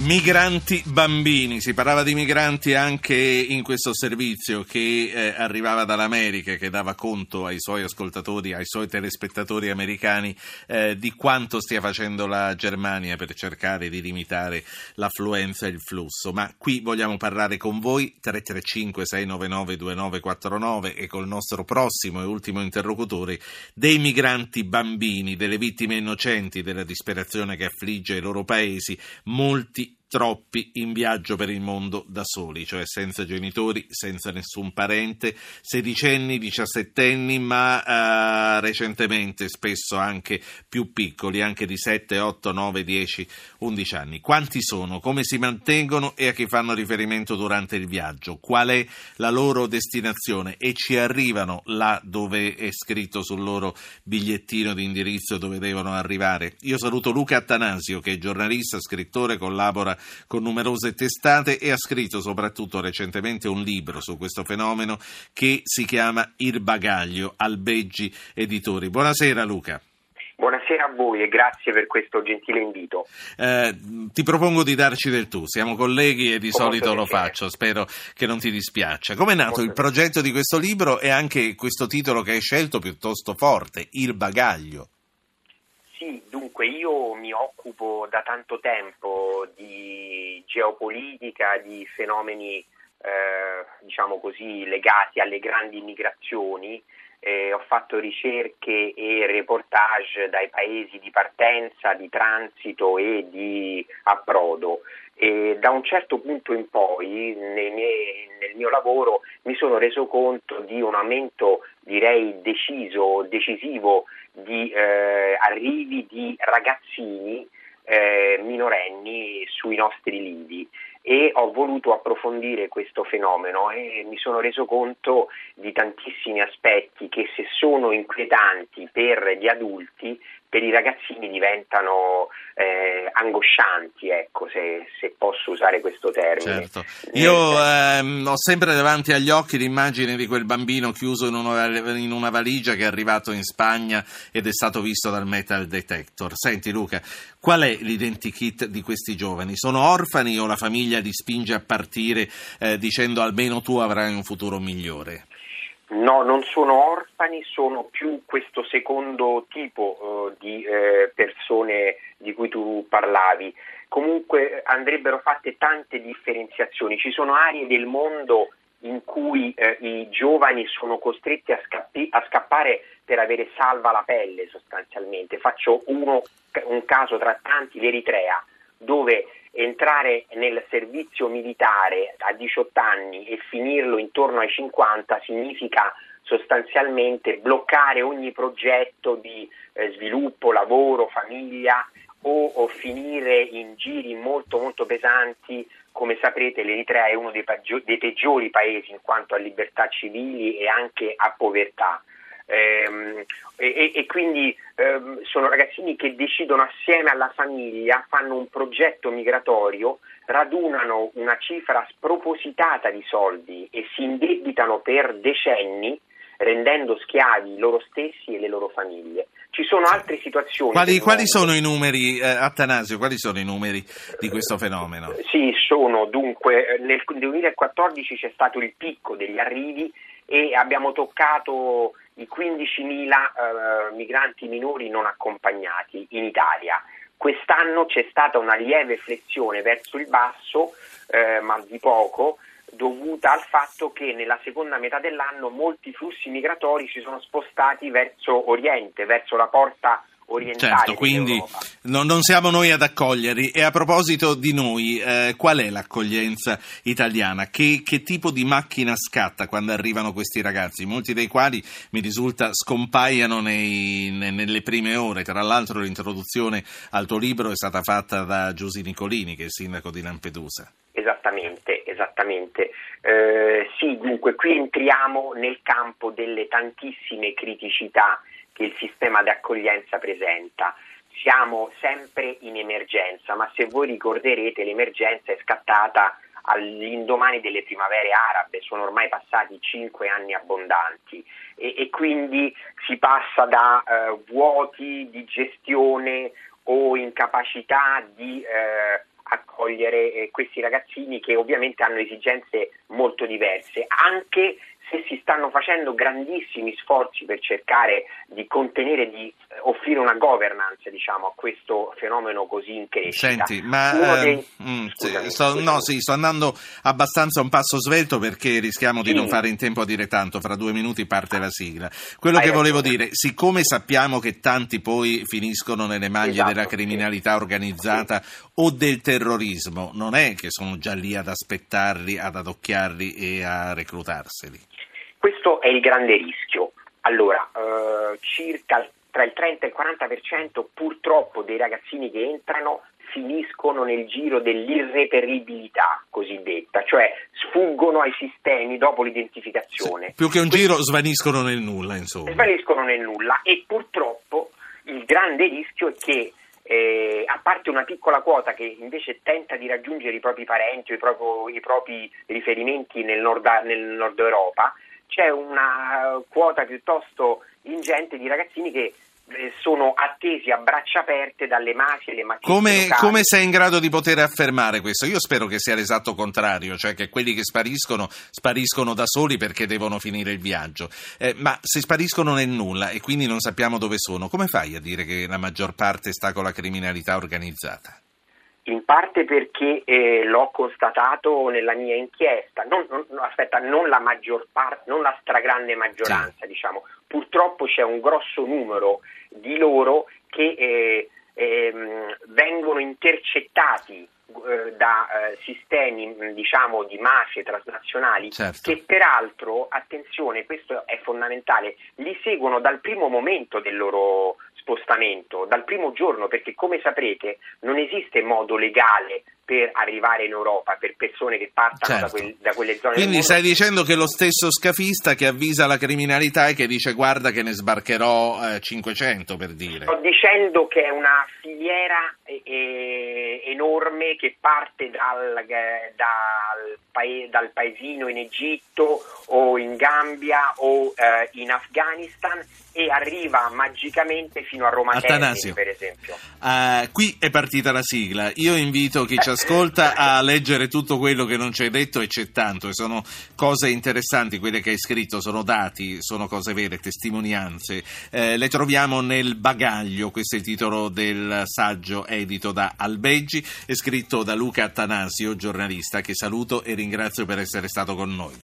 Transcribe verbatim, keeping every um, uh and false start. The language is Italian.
Migranti bambini, si parlava di migranti anche in questo servizio che eh, arrivava dall'America, che dava conto ai suoi ascoltatori, ai suoi telespettatori americani eh, di quanto stia facendo la Germania per cercare di limitare l'affluenza e il flusso. Ma qui vogliamo parlare con voi, tre tre cinque sei nove nove due nove quattro nove, e col nostro prossimo e ultimo interlocutore, dei migranti bambini, delle vittime innocenti della disperazione che affligge i loro paesi, molti troppi in viaggio per il mondo da soli, cioè senza genitori, senza nessun parente, sedicenni, diciassettenni, ma uh, recentemente spesso anche più piccoli, anche di sette, otto, nove, dieci, undici anni. Quanti sono? Come si mantengono e a chi fanno riferimento durante il viaggio? Qual è la loro destinazione? E ci arrivano là dove è scritto sul loro bigliettino di indirizzo dove devono arrivare? Io saluto Luca Attanasio, che è giornalista, scrittore, collabora con numerose testate e ha scritto soprattutto recentemente un libro su questo fenomeno che si chiama Il bagaglio, Albeggi Editori. Buonasera Luca. Buonasera a voi e grazie per questo gentile invito. Eh, ti propongo di darci del tu, siamo colleghi e di Con solito lo piacere. faccio, spero che non ti dispiaccia. Com'è nato Molto il progetto di questo libro e anche questo titolo che hai scelto piuttosto forte, Il bagaglio? Sì, dunque io mi occupo da tanto tempo di geopolitica, di fenomeni eh, diciamo così legati alle grandi migrazioni. Eh, ho fatto ricerche e reportage dai paesi di partenza, di transito e di approdo. E da un certo punto in poi nei miei, nel mio lavoro mi sono reso conto di un aumento, direi deciso, decisivo di eh, arrivi di ragazzini eh, minorenni sui nostri lidi, e ho voluto approfondire questo fenomeno e mi sono reso conto di tantissimi aspetti che, se sono inquietanti per gli adulti, per i ragazzini diventano eh, angoscianti, ecco, se, se posso usare questo termine. Certo. Io ehm, ho sempre davanti agli occhi l'immagine di quel bambino chiuso in una, in una valigia che è arrivato in Spagna ed è stato visto dal metal detector. Senti Luca, qual è l'identikit di questi giovani? Sono orfani o la famiglia li spinge a partire eh, dicendo almeno tu avrai un futuro migliore? No, non sono orfani, sono più questo secondo tipo uh, di eh, persone di cui tu parlavi. Comunque andrebbero fatte tante differenziazioni. Ci sono aree del mondo in cui eh, i giovani sono costretti a, scappi- a scappare per avere salva la pelle, sostanzialmente. Faccio uno, un caso tra tanti, l'Eritrea, dove entrare nel servizio militare a diciotto anni e finirlo intorno ai cinquanta significa sostanzialmente bloccare ogni progetto di eh, sviluppo, lavoro, famiglia, o, o finire in giri molto molto pesanti. Come saprete, l'Eritrea è uno dei, peggiori, dei peggiori paesi in quanto a libertà civili e anche a povertà. Ehm, e, e quindi ehm, sono ragazzini che decidono assieme alla famiglia, fanno un progetto migratorio, radunano una cifra spropositata di soldi e si indebitano per decenni, rendendo schiavi loro stessi e le loro famiglie. Ci sono altre situazioni. Quali, quali sono i numeri, eh, Attanasio, quali sono i numeri di questo fenomeno? Sì, sono dunque, nel duemilaquattordici c'è stato il picco degli arrivi e abbiamo toccato i quindicimila eh, migranti minori non accompagnati in Italia. Quest'anno c'è stata una lieve flessione verso il basso, eh, ma di poco, dovuta al fatto che nella seconda metà dell'anno molti flussi migratori si sono spostati verso Oriente, verso la porta orientale. Certo, quindi non, non siamo noi ad accoglierli. E a proposito di noi, eh, qual è l'accoglienza italiana? Che, che tipo di macchina scatta quando arrivano questi ragazzi, molti dei quali mi risulta scompaiano nei, ne, nelle prime ore? Tra l'altro l'introduzione al tuo libro è stata fatta da Giusy Nicolini, che è il sindaco di Lampedusa. Esattamente, esattamente. Eh, sì, dunque qui entriamo nel campo delle tantissime criticità che il sistema di accoglienza presenta. Siamo sempre in emergenza, ma se voi ricorderete l'emergenza è scattata all'indomani delle primavere arabe, sono ormai passati cinque anni abbondanti e, e quindi si passa da eh, vuoti di gestione o incapacità di eh, accogliere eh, questi ragazzini che ovviamente hanno esigenze molto diverse, anche se si stanno facendo grandissimi sforzi per cercare di contenere, di offrire una governance, diciamo, a questo fenomeno così in crescita. Senti, ma dei... eh, mh, scusami, sto, scusami. no, sì, sto andando abbastanza a un passo svelto perché rischiamo sì. di non fare in tempo a dire tanto. Fra due minuti parte la sigla. Quello Hai che volevo ragione. dire, siccome sappiamo che tanti poi finiscono nelle maglie Esatto, della criminalità sì. organizzata sì. o del terrorismo, non è che sono già lì ad aspettarli, ad adocchiarli e a reclutarseli. Questo è il grande rischio. Allora, eh, circa tra il trenta e il quaranta per cento purtroppo dei ragazzini che entrano finiscono nel giro dell'irreperibilità cosiddetta, cioè sfuggono ai sistemi dopo l'identificazione. Sì, più che un giro svaniscono nel nulla, insomma. Svaniscono nel nulla e purtroppo il grande rischio è che Eh, a parte una piccola quota che invece tenta di raggiungere i propri parenti o i propri, i propri riferimenti nel nord, nel nord Europa, c'è una quota piuttosto ingente di ragazzini che eh, sono attesi a braccia aperte dalle mafie e le macchine come, locali. come sei in grado di poter affermare questo? Io spero che sia l'esatto contrario, cioè che quelli che spariscono spariscono da soli perché devono finire il viaggio, eh, ma se spariscono nel nulla e quindi non sappiamo dove sono, come fai a dire che la maggior parte sta con la criminalità organizzata? In parte perché eh, l'ho constatato nella mia inchiesta, non, non, aspetta, non la maggior parte, non la stragrande maggioranza, sì. diciamo. Purtroppo c'è un grosso numero di loro che eh, ehm, vengono intercettati eh, da eh, sistemi, diciamo, di mafie transnazionali, certo. che peraltro, attenzione, questo è fondamentale, li seguono dal primo momento del loro spostamento, dal primo giorno, perché come saprete non esiste modo legale per arrivare in Europa per persone che partano certo. da, quel, da quelle zone. Quindi del mondo. stai dicendo che lo stesso scafista che avvisa la criminalità e che dice guarda che ne sbarcherò eh, cinquecento, per dire. Sto dicendo che è una filiera eh, enorme che parte dal, eh, dal, pae, dal paesino in Egitto o in Gambia o eh, in Afghanistan e arriva magicamente fino a Roma Termini, per esempio. Uh, qui è partita la sigla. Io invito chi ci ascolta a leggere tutto quello che non ci hai detto, e c'è tanto, e sono cose interessanti quelle che hai scritto, sono dati, sono cose vere, testimonianze. Eh, le troviamo nel Bagaglio, questo è il titolo del saggio edito da Albeggi, è scritto da Luca Attanasio, giornalista, che saluto e ringrazio per essere stato con noi.